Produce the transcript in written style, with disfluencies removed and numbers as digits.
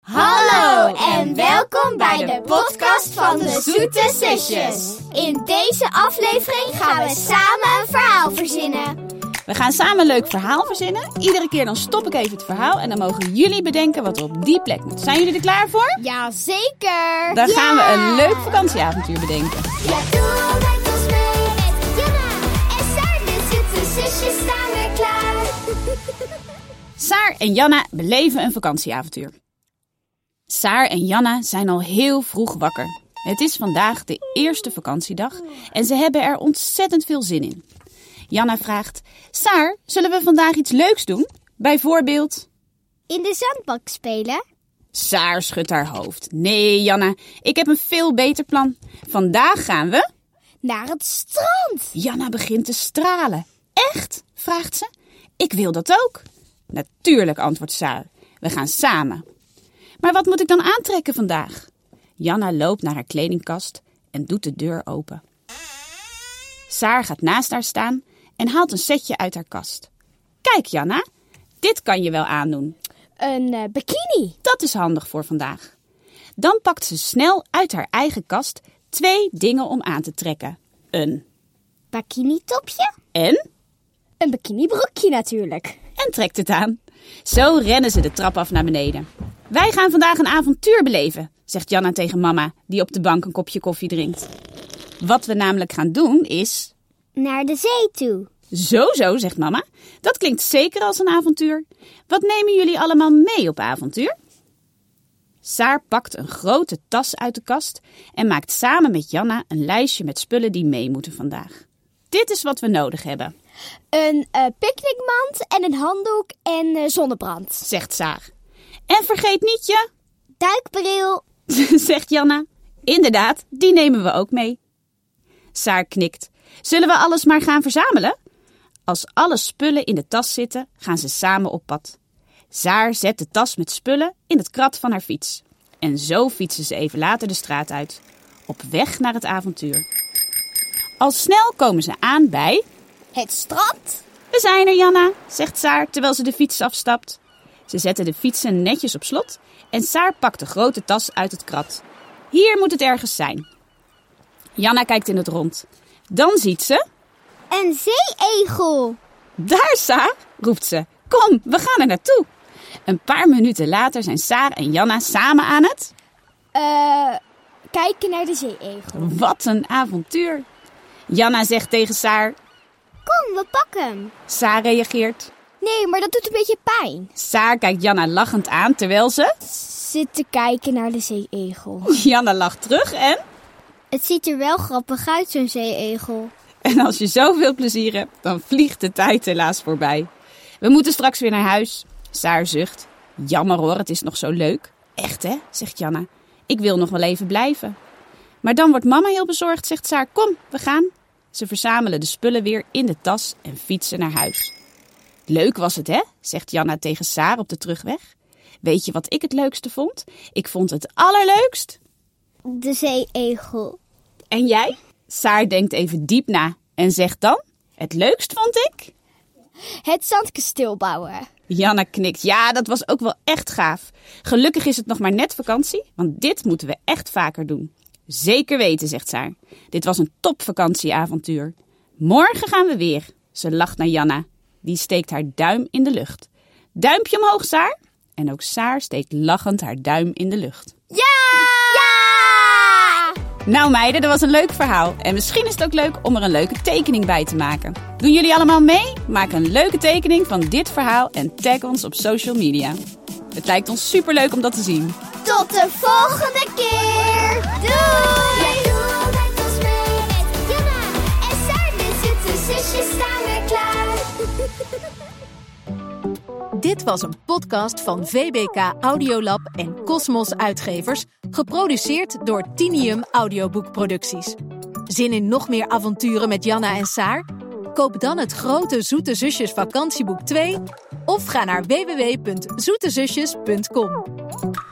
Hallo en welkom bij de podcast van de Zoete Zusjes. In deze aflevering gaan we samen een verhaal verzinnen. We gaan samen een leuk verhaal verzinnen. Iedere keer dan stop ik even het verhaal en dan mogen jullie bedenken wat er op die plek moet. Zijn jullie er klaar voor? Jazeker! Dan gaan we een leuk vakantieavontuur bedenken. Ja, doe met ons mee met Janna en Saar, de Zoete Zusjes staan weer klaar. Saar en Janna beleven een vakantieavontuur. Saar en Janna zijn al heel vroeg wakker. Het is vandaag de eerste vakantiedag en ze hebben er ontzettend veel zin in. Janna vraagt, Saar, zullen we vandaag iets leuks doen? Bijvoorbeeld... In de zandbak spelen? Saar schudt haar hoofd. Nee, Janna, ik heb een veel beter plan. Vandaag gaan we... Naar het strand! Janna begint te stralen. Echt? Vraagt ze. Ik wil dat ook. Natuurlijk, antwoordt Saar. We gaan samen. Maar wat moet ik dan aantrekken vandaag? Janna loopt naar haar kledingkast en doet de deur open. Saar gaat naast haar staan en haalt een setje uit haar kast. Kijk, Janna, dit kan je wel aandoen. Een bikini. Dat is handig voor vandaag. Dan pakt ze snel uit haar eigen kast 2 dingen om aan te trekken. Een Bikini-topje? en Een bikinibroekje natuurlijk. en trekt het aan. Zo rennen ze de trap af naar beneden. Wij gaan vandaag een avontuur beleven, zegt Janna tegen mama, die op de bank een kopje koffie drinkt. Wat we namelijk gaan doen is... Naar de zee toe. Zo, zegt mama. Dat klinkt zeker als een avontuur. Wat nemen jullie allemaal mee op avontuur? Saar pakt een grote tas uit de kast en maakt samen met Janna een lijstje met spullen die mee moeten vandaag. Dit is wat we nodig hebben, Een picknickmand en een handdoek en zonnebrand. zegt Saar. En vergeet niet je, Duikbril. zegt Janna. Inderdaad, die nemen we ook mee. Saar knikt. Zullen we alles maar gaan verzamelen? Als alle spullen in de tas zitten, gaan ze samen op pad. Saar zet de tas met spullen in het krat van haar fiets. En zo fietsen ze even later de straat uit. Op weg naar het avontuur. Al snel komen ze aan bij... Het strand. We zijn er, Janna, zegt Saar terwijl ze de fiets afstapt. Ze zetten de fietsen netjes op slot en Saar pakt de grote tas uit het krat. Hier moet het ergens zijn. Janna kijkt in het rond. Dan ziet ze... Een zeeegel. Daar, Saar, roept ze. Kom, we gaan er naartoe. Een paar minuten later zijn Saar en Janna samen aan het... Kijken naar de zeeegel. Wat een avontuur. Janna zegt tegen Saar... Kom, we pakken hem. Saar reageert. Nee, maar dat doet een beetje pijn. Saar kijkt Janna lachend aan terwijl ze... Zit te kijken naar de zeeegel. Janna lacht terug en... Het ziet er wel grappig uit, zo'n zeeegel. En als je zoveel plezier hebt, dan vliegt de tijd helaas voorbij. We moeten straks weer naar huis. Saar zucht. Jammer hoor, het is nog zo leuk. Echt hè, zegt Janna. Ik wil nog wel even blijven. Maar dan wordt mama heel bezorgd, zegt Saar. Kom, we gaan. Ze verzamelen de spullen weer in de tas en fietsen naar huis. Leuk was het hè, zegt Janna tegen Saar op de terugweg. Weet je wat ik het leukste vond? Ik vond het allerleukst. De zeeegel. En jij? Saar denkt even diep na en zegt dan... Het leukst vond ik... Het zandkasteel bouwen. Janna knikt. Ja, dat was ook wel echt gaaf. Gelukkig is het nog maar net vakantie, want dit moeten we echt vaker doen. Zeker weten, zegt Saar. Dit was een topvakantieavontuur. Morgen gaan we weer. Ze lacht naar Janna. Die steekt haar duim in de lucht. Duimpje omhoog, Saar. En ook Saar steekt lachend haar duim in de lucht. Ja! Ja! Nou meiden, dat was een leuk verhaal. En misschien is het ook leuk om er een leuke tekening bij te maken. Doen jullie allemaal mee? Maak een leuke tekening van dit verhaal en tag ons op social media. Het lijkt ons superleuk om dat te zien. Tot de volgende keer. Doei! Ja, doe met ons mee met Janna en Saar, de Zoete Zusjes staan weer klaar. Dit was een podcast van VBK Audiolab en Cosmos Uitgevers, geproduceerd door Tinium Audioboekproducties. Zin in nog meer avonturen met Janna en Saar? Koop dan het grote Zoete Zusjes vakantieboek 2 of ga naar www.zoetezusjes.com.